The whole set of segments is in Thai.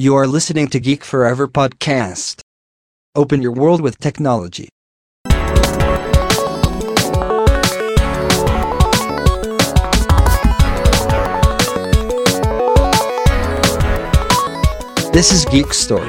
You are listening to Geek Forever podcast. Open your world with technology. This is Geek Story.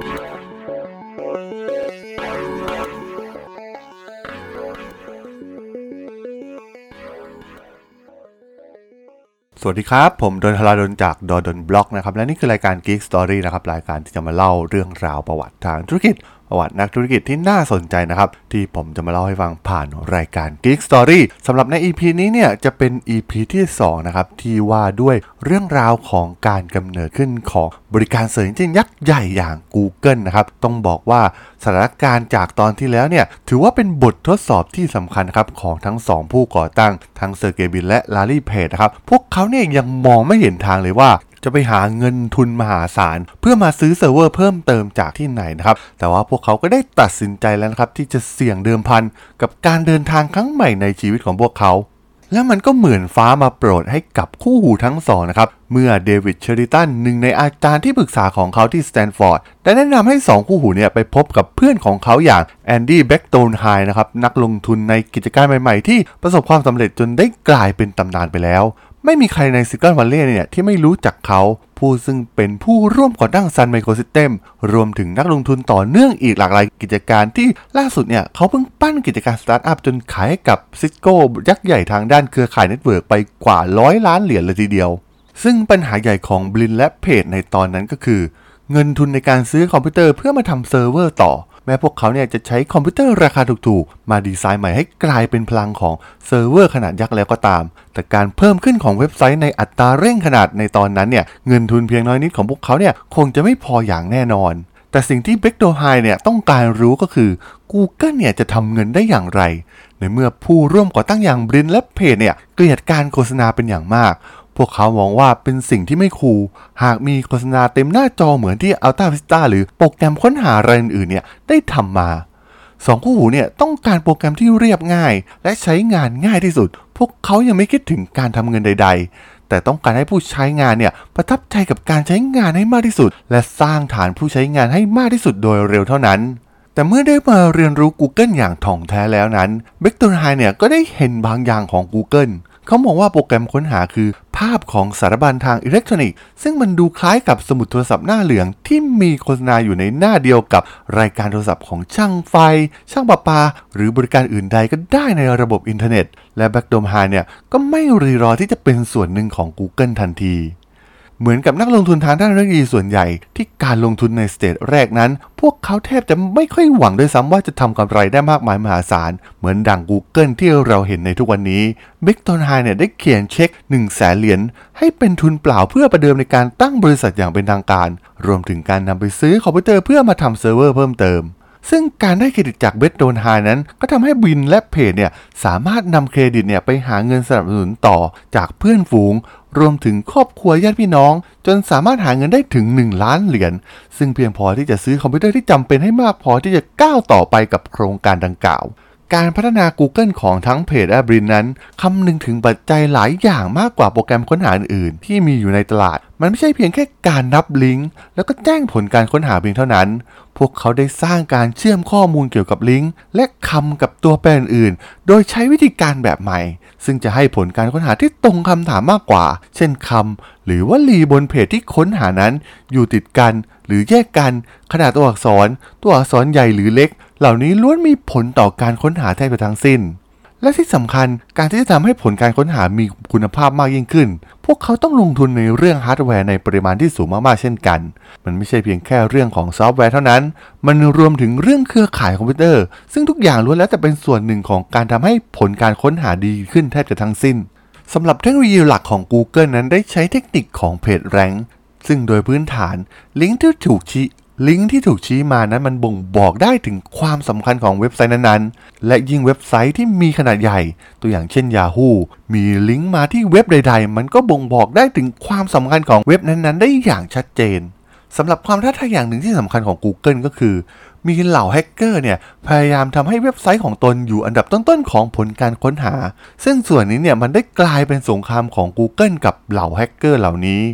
สวัสดีครับผมดนทราดลจากดนบล็อกนะครับและนี่คือรายการ Geek Story นะครับรายการที่จะมาเล่าเรื่องราวประวัติทางธุรกิจประวัตินักธุรกิจที่น่าสนใจนะครับที่ผมจะมาเล่าให้ฟังผ่านรายการ Geek Story สำหรับใน EP นี้เนี่ยจะเป็น EP ที่2นะครับที่ว่าด้วยเรื่องราวของการกำเนิดขึ้นของบริการเสิร์ชเอนจินยักษ์ใหญ่อย่าง Google นะครับต้องบอกว่าสถานการณ์จากตอนที่แล้วเนี่ยถือว่าเป็นบททดสอบที่สำคัญครับของทั้ง2ผู้ก่อตั้งทั้งเซอร์เกย์ บรินและลาร์รี่เพจนะครับพวกเขาเนี่ยยังมองไม่เห็นทางเลยว่าจะไปหาเงินทุนมหาศาลเพื่อมาซื้อเซิร์ฟเวอร์เพิ่มเติมจากที่ไหนนะครับแต่ว่าพวกเขาก็ได้ตัดสินใจแล้วนะครับที่จะเสี่ยงเดิมพันกับการเดินทางครั้งใหม่ในชีวิตของพวกเขาและมันก็เหมือนฟ้ามาโปรดให้กับคู่หูทั้งสองนะครับเมื่อเดวิดเชอริตันหนึ่งในอาจารย์ที่ปรึกษาของเขาที่สแตนฟอร์ดได้แนะนำให้2คู่หูเนี่ยไปพบกับเพื่อนของเขาอย่างแอนดี้แบ็กโตนไฮนะครับนักลงทุนในกิจการใหม่ๆที่ประสบความสำเร็จจนได้กลายเป็นตำนานไปแล้วไม่มีใครในซิลิคอนวัลเลย์เนี่ยที่ไม่รู้จักเขาผู้ซึ่งเป็นผู้ร่วมก่อตั้ง Sun Microsystems รวมถึงนักลงทุนต่อเนื่องอีกหลากหลายกิจการที่ล่าสุดเนี่ยเขาเพิ่งปั้นกิจการสตาร์ทอัพจนขายให้กับซิสโก้ยักษ์ใหญ่ทางด้านเครือข่ายเน็ตเวิร์กไปกว่า100 ล้านเหรียญเลยทีเดียวซึ่งปัญหาใหญ่ของบลินและเพจในตอนนั้นก็คือเงินทุนในการซื้อคอมพิวเตอร์เพื่อมาทำเซิร์ฟเวอร์ต่อแม้พวกเขาเนี่ยจะใช้คอมพิวเตอร์ราคาถูกๆมาดีไซน์ใหม่ให้กลายเป็นพลังของเซิร์ฟเวอร์ขนาดยักษ์แล้วก็ตามแต่การเพิ่มขึ้นของเว็บไซต์ในอัตราเร่งขนาดในตอนนั้นเนี่ยเงินทุนเพียงน้อยนิดของพวกเขาเนี่ยคงจะไม่พออย่างแน่นอนแต่สิ่งที่เบคโดไฮเนี่ยต้องการรู้ก็คือ Google เนี่ยจะทำเงินได้อย่างไรในเมื่อผู้ร่วมก่อตั้งอย่างบรินและเพจเนี่ยเกลียดการโฆษณาเป็นอย่างมากพวกเขามองว่าเป็นสิ่งที่ไม่คูลหากมีโฆษณาเต็มหน้าจอเหมือนที่ Alta Vista หรือโปรแกรมค้นหารายอื่นๆเนี่ยได้ทำมา2คู่หูเนี่ยต้องการโปรแกรมที่เรียบง่ายและใช้งานง่ายที่สุดพวกเขายังไม่คิดถึงการทำเงินใดๆแต่ต้องการให้ผู้ใช้งานเนี่ยประทับใจกับการใช้งานให้มากที่สุดและสร้างฐานผู้ใช้งานให้มากที่สุดโดยเร็วเท่านั้นแต่เมื่อได้มาเรียนรู้ Google อย่างถ่องแท้แล้วนั้นเบคโตนไฮเนี่ยก็ได้เห็นบางอย่างของ Googleเขามองว่าโปรแกรมค้นหาคือภาพของสารบัญทางอิเล็กทรอนิกส์ซึ่งมันดูคล้ายกับสมุดโทรศัพท์หน้าเหลืองที่มีโฆษณาอยู่ในหน้าเดียวกับรายการโทรศัพท์ของช่างไฟช่างประปาหรือบริการอื่นใดก็ได้ในระบบอินเทอร์เน็ตและแบ็กโดมไฮเนี่ยก็ไม่รีรอที่จะเป็นส่วนหนึ่งของ Google ทันทีเหมือนกับนักลงทุนทางด้านเทคโนโลยีส่วนใหญ่ที่การลงทุนในสเตจแรกนั้นพวกเขาแทบจะไม่ค่อยหวังด้วยซ้ำว่าจะทำกำไรได้มากมายมหาศาลเหมือนดัง Google ที่เราเห็นในทุกวันนี้เบคโตนไฮเนี่ยได้เขียนเช็ค 100,000 เหรียญให้เป็นทุนเปล่าเพื่อประเดิมในการตั้งบริษัทอย่างเป็นทางการรวมถึงการนำไปซื้อคอมพิวเตอร์เพื่อมาทำเซิร์ฟเวอร์เพิ่มเติมซึ่งการได้เครดิตจากเบคโตนไฮนั้นก็ทำให้บินและเพจเนี่ยสามารถนำเครดิตเนี่ยไปหาเงินสนับสนุนต่อจากเพื่อนฝูงรวมถึงครอบครัวญาติพี่น้องจนสามารถหาเงินได้ถึง1 ล้านเหรียญซึ่งเพียงพอที่จะซื้อคอมพิวเตอร์ที่จำเป็นให้มากพอที่จะก้าวต่อไปกับโครงการดังกล่าวการพัฒนา Google ของทั้งเพจและบรินนั้นคำนึงถึงปัจจัยหลายอย่างมากกว่าโปรแกรมค้นหาอื่นๆที่มีอยู่ในตลาดมันไม่ใช่เพียงแค่การนับลิงก์แล้วก็แจ้งผลการค้นหาเพียงเท่านั้นพวกเขาได้สร้างการเชื่อมข้อมูลเกี่ยวกับลิงก์และคำกับตัวแปรอื่นๆโดยใช้วิธีการแบบใหม่ซึ่งจะให้ผลการค้นหาที่ตรงคำถามมากกว่าเช่นคำหรือวลีบนเพจที่ค้นหานั้นอยู่ติดกันหรือแยกกันขนาดตัวอักษรใหญ่หรือเล็กเหล่านี้ล้วนมีผลต่อการค้นหาแทบจะทั้งสิ้นและที่สำคัญการที่จะทำให้ผลการค้นหามีคุณภาพมากยิ่งขึ้นพวกเขาต้องลงทุนในเรื่องฮาร์ดแวร์ในปริมาณที่สูงมากๆเช่นกันมันไม่ใช่เพียงแค่เรื่องของซอฟต์แวร์เท่านั้นมันรวมถึงเรื่องเครือข่ายคอมพิวเตอร์ซึ่งทุกอย่างล้วนแล้วแต่เป็นส่วนหนึ่งของการทำให้ผลการค้นหาดีขึ้นแทบจะทั้งสิ้นสำหรับเทคโนโลยีหลักของ Google นั้นได้ใช้เทคนิคของเพจแรงค์ซึ่งโดยพื้นฐานลิงก์ที่ถูกชี้มานั้นมันบ่งบอกได้ถึงความสำคัญของเว็บไซต์นั้นๆและยิ่งเว็บไซต์ที่มีขนาดใหญ่ตัวอย่างเช่น Yahoo มีลิงก์มาที่เว็บใดๆมันก็บ่งบอกได้ถึงความสำคัญของเว็บนั้นๆได้อย่างชัดเจนสำหรับความท้าทายอย่างหนึ่งที่สำคัญของ Google ก็คือมีเหล่าแฮกเกอร์เนี่ยพยายามทำให้เว็บไซต์ของตนอยู่อันดับต้นๆของผลการค้นหาซึ่งส่วนนี้เนี่ยมันได้กลายเป็นสงครามของ Google กับเหล่าแฮกเกอร์เหล่านี้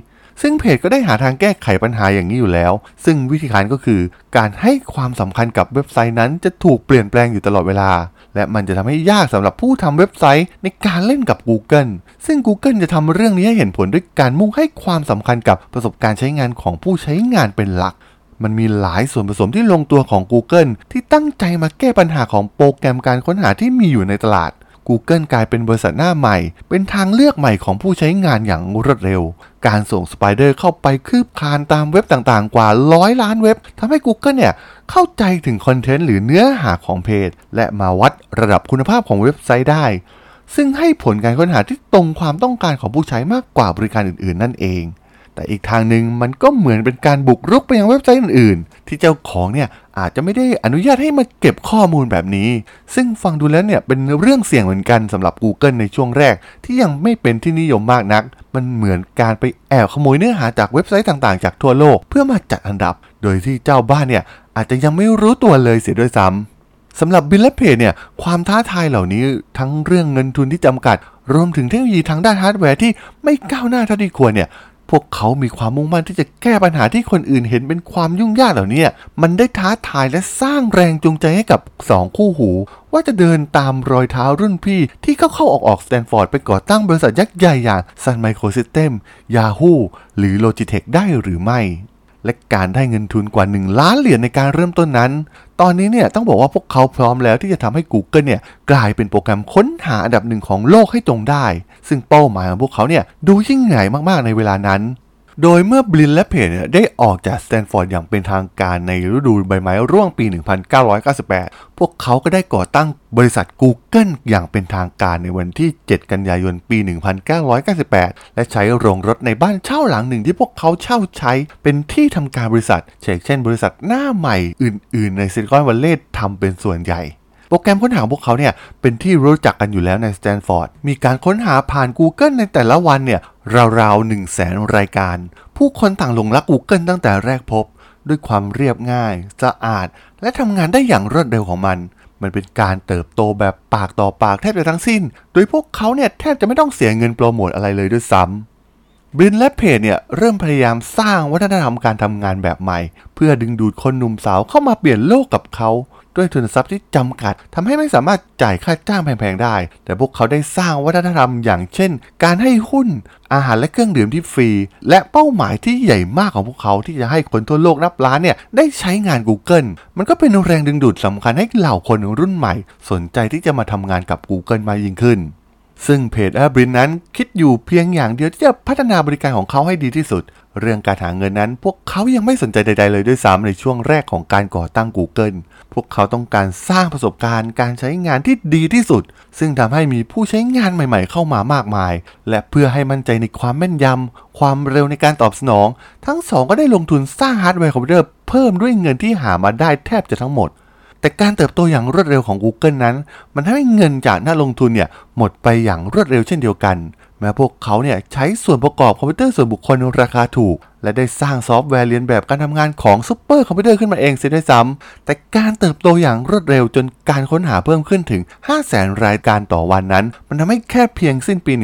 ซึ่งเพจก็ได้หาทางแก้ไขปัญหาอย่างนี้อยู่แล้วซึ่งวิธีการก็คือการให้ความสำคัญกับเว็บไซต์นั้นจะถูกเปลี่ยนแปลงอยู่ตลอดเวลาและมันจะทำให้ยากสำหรับผู้ทำเว็บไซต์ในการเล่นกับ Google ซึ่ง Google จะทำเรื่องนี้ให้เห็นผลด้วยการมุ่งให้ความสำคัญกับประสบการณ์ใช้งานของผู้ใช้งานเป็นหลักมันมีหลายส่วนผสมที่ลงตัวของ Google ที่ตั้งใจมาแก้ปัญหาของโปรแกรมการค้นหาที่มีอยู่ในตลาด Google กลายเป็นบริษัทหน้าใหม่เป็นทางเลือกใหม่ของผู้ใช้งานอย่างรวดเร็วการส่งสไปเดอร์เข้าไปคืบคลานตามเว็บต่างๆกว่า100 ล้านเว็บทำให้ Google เข้าใจถึงคอนเทนต์หรือเนื้อหาของเพจและมาวัดระดับคุณภาพของเว็บไซต์ได้ซึ่งให้ผลการค้นหาที่ตรงความต้องการของผู้ใช้มากกว่าบริการอื่นๆนั่นเองแต่อีกทางหนึ่งมันก็เหมือนเป็นการบุกรุกไปยังเว็บไซต์อื่นๆที่เจ้าของอาจจะไม่ได้อนุญาตให้มาเก็บข้อมูลแบบนี้ซึ่งฟังดูแล้วเป็นเรื่องเสี่ยงเหมือนกันสำหรับ Google ในช่วงแรกที่ยังไม่เป็นที่นิยมมากนักมันเหมือนการไปแอบขโมยเนื้อหาจากเว็บไซต์ต่างๆจากทั่วโลกเพื่อมาจัดอันดับโดยที่เจ้าบ้านอาจจะยังไม่รู้ตัวเลยเสียด้วยซ้ำสำหรับบิลและเพจความท้าทายเหล่านี้ทั้งเรื่องเงินทุนที่จำกัดรวมถึงเทคโนโลยีทางด้านฮาร์ดแวร์ที่ไม่ก้าวหน้าเท่าที่ควรพวกเขามีความมุ่งมั่นที่จะแก้ปัญหาที่คนอื่นเห็นเป็นความยุ่งยากเหล่านี้มันได้ท้าทายและสร้างแรงจูงใจให้กับ2คู่หูว่าจะเดินตามรอยเท้ารุ่นพี่ที่เข้าออกสแตนฟอร์ดไปก่อตั้งบริษัทยักษ์ใหญ่อย่าง Sun Microsystems Yahoo หรือ Logitech ได้หรือไม่และการได้เงินทุนกว่า1 ล้านเหรียญในการเริ่มต้นนั้นตอนนี้ต้องบอกว่าพวกเขาพร้อมแล้วที่จะทำให้ Google กลายเป็นโปรแกรมค้นหาอันดับ1ของโลกให้จงได้ซึ่งเป้าหมายของพวกเขาดูยิ่งใหญ่มากๆในเวลานั้นโดยเมื่อบลินและเพจได้ออกจากสแตนฟอร์ดอย่างเป็นทางการในฤดูใบไม้ร่วงปี 1998 พวกเขาก็ได้ก่อตั้งบริษัท Google อย่างเป็นทางการในวันที่ 7 กันยายน ปี 1998 และใช้โรงรถในบ้านเช่าหลังหนึ่งที่พวกเขาเช่าใช้เป็นที่ทำการบริษัทเช่นบริษัทหน้าใหม่อื่นๆในซิลิคอนวัลเลย์ทำเป็นส่วนใหญ่โปรแกรมค้นหาของพวกเขาเป็นที่รู้จักกันอยู่แล้วในสแตนฟอร์ดมีการค้นหาผ่าน Google ในแต่ละวันราวๆ 100,000 รายการผู้คนต่างหลงรัก Google ตั้งแต่แรกพบด้วยความเรียบง่ายสะอาดและทำงานได้อย่างรวดเร็วของมันเป็นการเติบโตแบบปากต่อปากแทบจะทั้งสิ้นโดยพวกเขาแทบจะไม่ต้องเสียเงินโปรโมทอะไรเลยด้วยซ้ำบรินและเพจเริ่มพยายามสร้างวัฒนธรรมการทำงานแบบใหม่เพื่อดึงดูดคนหนุ่มสาวเข้ามาเปลี่ยนโลกกับเขาด้วยทุนทรัพย์ที่จำกัดทำให้ไม่สามารถจ่ายค่าจ้างแพงๆได้แต่พวกเขาได้สร้างวัฒนธรรมอย่างเช่นการให้หุ้นอาหารและเครื่องดื่มที่ฟรีและเป้าหมายที่ใหญ่มากของพวกเขาที่จะให้คนทั่วโลกนับล้านได้ใช้งาน Google มันก็เป็นแรงดึงดูดสำคัญให้เหล่าคนรุ่นใหม่สนใจที่จะมาทำงานกับ Google มากยิ่งขึ้นซึ่งเพจบรินนั้นคิดอยู่เพียงอย่างเดียวที่จะพัฒนาบริการของเขาให้ดีที่สุดเรื่องการหาเงินนั้นพวกเขายังไม่สนใจใดๆเลยด้วยซ้ำในช่วงแรกของการก่อตั้ง Google พวกเขาต้องการสร้างประสบการณ์การใช้งานที่ดีที่สุดซึ่งทำให้มีผู้ใช้งานใหม่ๆเข้ามามากมายและเพื่อให้มั่นใจในความแม่นยำความเร็วในการตอบสนองทั้งสองก็ได้ลงทุนสร้างฮาร์ดแวร์คอมพิวเตอร์เพิ่มด้วยเงินที่หามาได้แทบจะทั้งหมดแต่การเติบโตอย่างรวดเร็วของ Google นั้นมันทำให้เงินจากนักลงทุนหมดไปอย่างรวดเร็วเช่นเดียวกันแม้พวกเขาใช้ส่วนประกอบคอมพิวเตอร์ส่วนบุคคลราคาถูกและได้สร้างซอฟต์แวร์เลียนแบบการทำงานของซุปเปอร์คอมพิวเตอร์ขึ้นมาเองเสียด้วยซ้ำแต่การเติบโตอย่างรวดเร็วจนการค้นหาเพิ่มขึ้นถึง 500,000 รายการต่อวันนั้นมันทำให้แค่เพียงสิ้นปี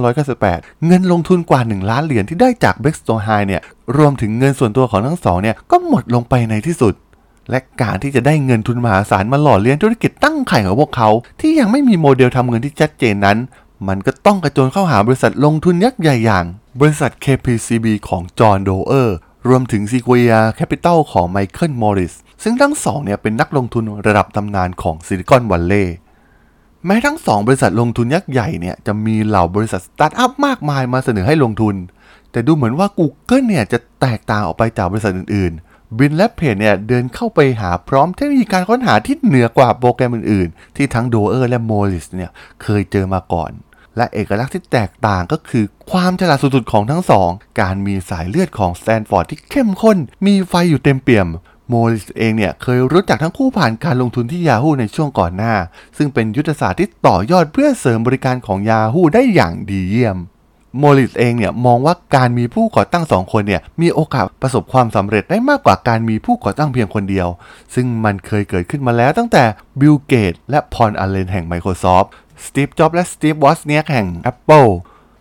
1998 เงินลงทุนกว่า1 ล้านเหรียญที่ได้จากเบ็กสโตไฮรวมถึงเงินส่วนตัวของทั้งสองก็หมดลงไปในที่สุดและการที่จะได้เงินทุนมหาศาลมาหล่อเลี้ยงธุรกิจตั้งไข่ของพวกเขาที่ยังไม่มีโมเดลทำเงินที่ชัดเจนนั้นมันก็ต้องกระโจนเข้าหาบริษัทลงทุนยักษ์ใหญ่อย่างบริษัท KPCB ของจอห์น โดเออร์รวมถึง Sequoia Capital ของไมเคิล มอริสซึ่งทั้งสองเป็นนักลงทุนระดับตำนานของซิลิคอนวัลเลย์แม้ทั้ง2บริษัทลงทุนยักษ์ใหญ่จะมีเหล่าบริษัทสตาร์ทอัพมากมายมาเสนอให้ลงทุนแต่ดูเหมือนว่า Google จะแตกต่างออกไปจากบริษัทอื่นๆบินและเพจเดินเข้าไปหาพร้อมเทคโนโลยีการค้นหาที่เหนือกว่าโปรแกรมอื่นๆที่ทั้งโดเออร์และมอริสเคยเจอมาก่อนและเอกลักษณ์ที่แตกต่างก็คือความฉลาดสุดๆของทั้งสองการมีสายเลือดของสแตนฟอร์ดที่เข้มข้นมีไฟอยู่เต็มเปี่ยมโมริสเองเคยรู้จักทั้งคู่ผ่านการลงทุนที่ Yahoo ในช่วงก่อนหน้าซึ่งเป็นยุทธศาสตร์ที่ต่อยอดเพื่อเสริมบริการของ Yahoo ได้อย่างดีเยี่ยมโมริสเองมองว่าการมีผู้ก่อตั้ง2คนมีโอกาสประสบความสำเร็จได้มากกว่าการมีผู้ก่อตั้งเพียงคนเดียวซึ่งมันเคยเกิดขึ้นมาแล้วตั้งแต่บิล เกตส์และพอล อัลเลนแห่ง Microsoftสตีฟ จ็อบส์และสตีฟ วอซเนียกแห่ง Apple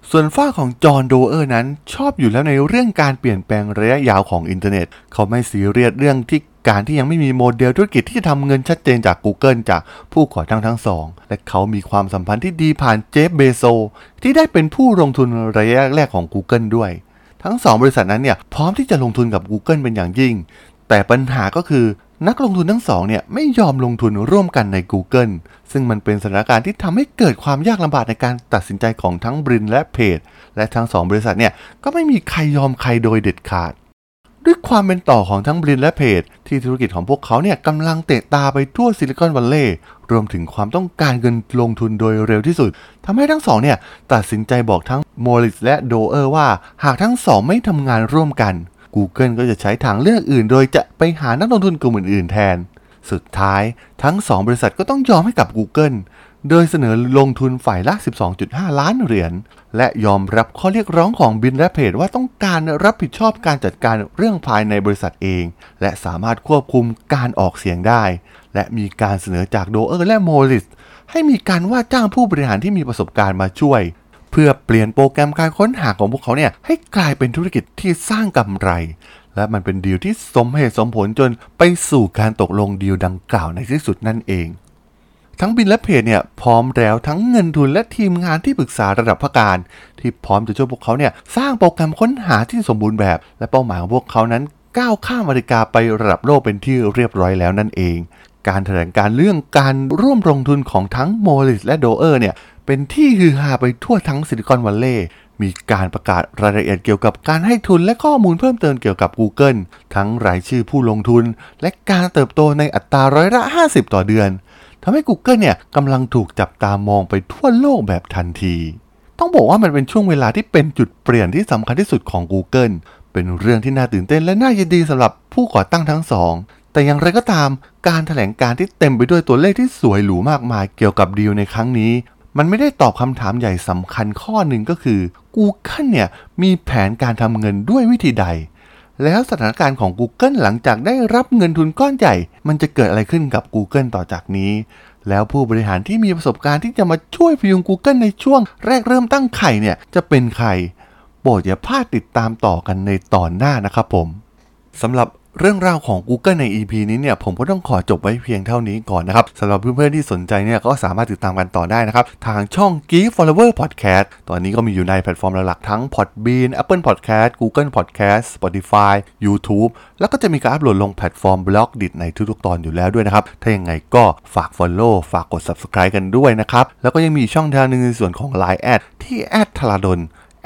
ส่วนฝ้ากของจอห์นโดเออร์นั้นชอบอยู่แล้วในเรื่องการเปลี่ยนแปลงระยะยาวของอินเทอร์เน็ตเขาไม่ซีเรียสเรื่องที่การที่ยังไม่มีโมเดลธุรกิจที่จะทำเงินชัดเจนจาก Google จากผู้ก่อตั้งทั้งสองและเขามีความสัมพันธ์ที่ดีผ่านเจฟ เบโซที่ได้เป็นผู้ลงทุนระยะแรกของ Google ด้วยทั้งสองบริษัทนั้นเนี่ยพร้อมที่จะลงทุนกับ Google เป็นอย่างยิ่งแต่ปัญหาก็คือนักลงทุนทั้งสองเนี่ยไม่ยอมลงทุนร่วมกันใน Google ซึ่งมันเป็นสถานการณ์ที่ทำให้เกิดความยากลำบากในการตัดสินใจของทั้งบรินและเพจและทั้งสองบริษัทเนี่ยก็ไม่มีใครยอมใครโดยเด็ดขาดด้วยความเป็นต่อของทั้งบรินและเพจที่ธุรกิจของพวกเขาเนี่ยกำลังเตะตาไปทั่วซิลิคอนวัลเลย์รวมถึงความต้องการเงินลงทุนโดยเร็วที่สุดทำให้ทั้งสองเนี่ยตัดสินใจบอกทั้งมอริสและโดเออร์ว่าหากทั้งสองไม่ทำงานร่วมกัน Google ก็จะใช้ทางเลือกอื่นโดยจะไปหานักลงทุนกลุ่มอื่นๆแทนสุดท้ายทั้ง2บริษัทก็ต้องยอมให้กับ Google โดยเสนอลงทุนฝ่ายละ 12.5 ล้านเหรียญและยอมรับข้อเรียกร้องของบิลและเพจว่าต้องการรับผิดชอบการจัดการเรื่องภายในบริษัทเองและสามารถควบคุมการออกเสียงได้และมีการเสนอจากโดเออร์และโมริสให้มีการว่าจ้างผู้บริหารที่มีประสบการณ์มาช่วยเพื่อเปลี่ยนโปรแกรมการค้นหาของพวกเขาเนี่ยให้กลายเป็นธุรกิจที่สร้างกำไรและมันเป็นดีลที่สมเหตุสมผลจนไปสู่การตกลงดีลดังกล่าวในที่สุดนั่นเองทั้งบิลและเพจเนี่ยพร้อมแล้วทั้งเงินทุนและทีมงานที่ปรึกษาระดับภาคการที่พร้อมจะช่วยพวกเขาเนี่ยสร้างโปรแกรมค้นหาที่สมบูรณ์แบบและเป้าหมายของพวกเขานั้นก้าวข้ามอเมริกาไประดับโลกเป็นที่เรียบร้อยแล้วนั่นเองการแถลงการเรื่องการร่วมลงทุนของทั้งโมริสและโดเออร์เนี่ยเป็นที่ฮือฮาไปทั่วทั้งซิลิคอนวัลเลย์มีการประกาศรายละเอียดเกี่ยวกับการให้ทุนและข้อมูลเพิ่มเติมเกี่ยวกับ Google ทั้งรายชื่อผู้ลงทุนและการเติบโตในอัตราร้อยละ 50 ต่อเดือนทำให้ Google เนี่ยกำลังถูกจับตามองไปทั่วโลกแบบทันทีต้องบอกว่ามันเป็นช่วงเวลาที่เป็นจุดเปลี่ยนที่สำคัญที่สุดของ Google เป็นเรื่องที่น่าตื่นเต้นและน่ายินดีสำหรับผู้ก่อตั้งทั้งสองแต่อย่างไรก็ตามการแถลงการที่เต็มไปด้วยตัวเลขที่สวยหรูมากมายเกี่ยวกับดีลในครั้งนี้มันไม่ได้ตอบคำถามใหญ่สำคัญข้อหนึ่งก็คือ Google เนี่ยมีแผนการทำเงินด้วยวิธีใดแล้วสถานการณ์ของ Google หลังจากได้รับเงินทุนก้อนใหญ่มันจะเกิดอะไรขึ้นกับ Google ต่อจากนี้แล้วผู้บริหารที่มีประสบการณ์ที่จะมาช่วยพยุง Google ในช่วงแรกเริ่มตั้งไข่เนี่ยจะเป็นใครโปรดอย่าพลาดติดตามต่อกันในตอนหน้านะครับผมสำหรับเรื่องราวของ Google ใน EP นี้เนี่ยผมก็ต้องขอจบไว้เพียงเท่านี้ก่อนนะครับสำหรับเพื่อนๆที่สนใจเนี่ยก็สามารถติดตามกันต่อได้นะครับทางช่อง Geek Flower Podcast ตอนนี้ก็มีอยู่ในแพลตฟอร์มหลักๆทั้ง Podbean Apple Podcast Google Podcast Spotify YouTube แล้วก็จะมีการอัปโหลดลงแพลตฟอร์ม Blogdit ในทุกๆตอนอยู่แล้วด้วยนะครับถ้ายังไงก็ฝาก Follow ฝากกด Subscribe กันด้วยนะครับแล้วก็ยังมีช่องทางนึงในส่วนของ Line แอดที่ @thradol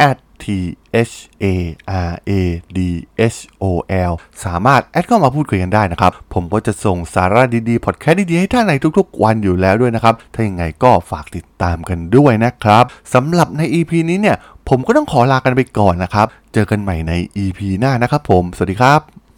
THARADHOL สามารถแอดเข้ามาพูดคุยกันได้นะครับผมก็จะส่งสาระดีๆพอดแคสต์ดีๆให้ท่านในทุกๆวันอยู่แล้วด้วยนะครับถ้าอย่างไงก็ฝากติดตามกันด้วยนะครับสำหรับใน EP นี้เนี่ยผมก็ต้องขอลากันไปก่อนนะครับเจอกันใหม่ใน EP หน้านะครับผมสวัสดีครับ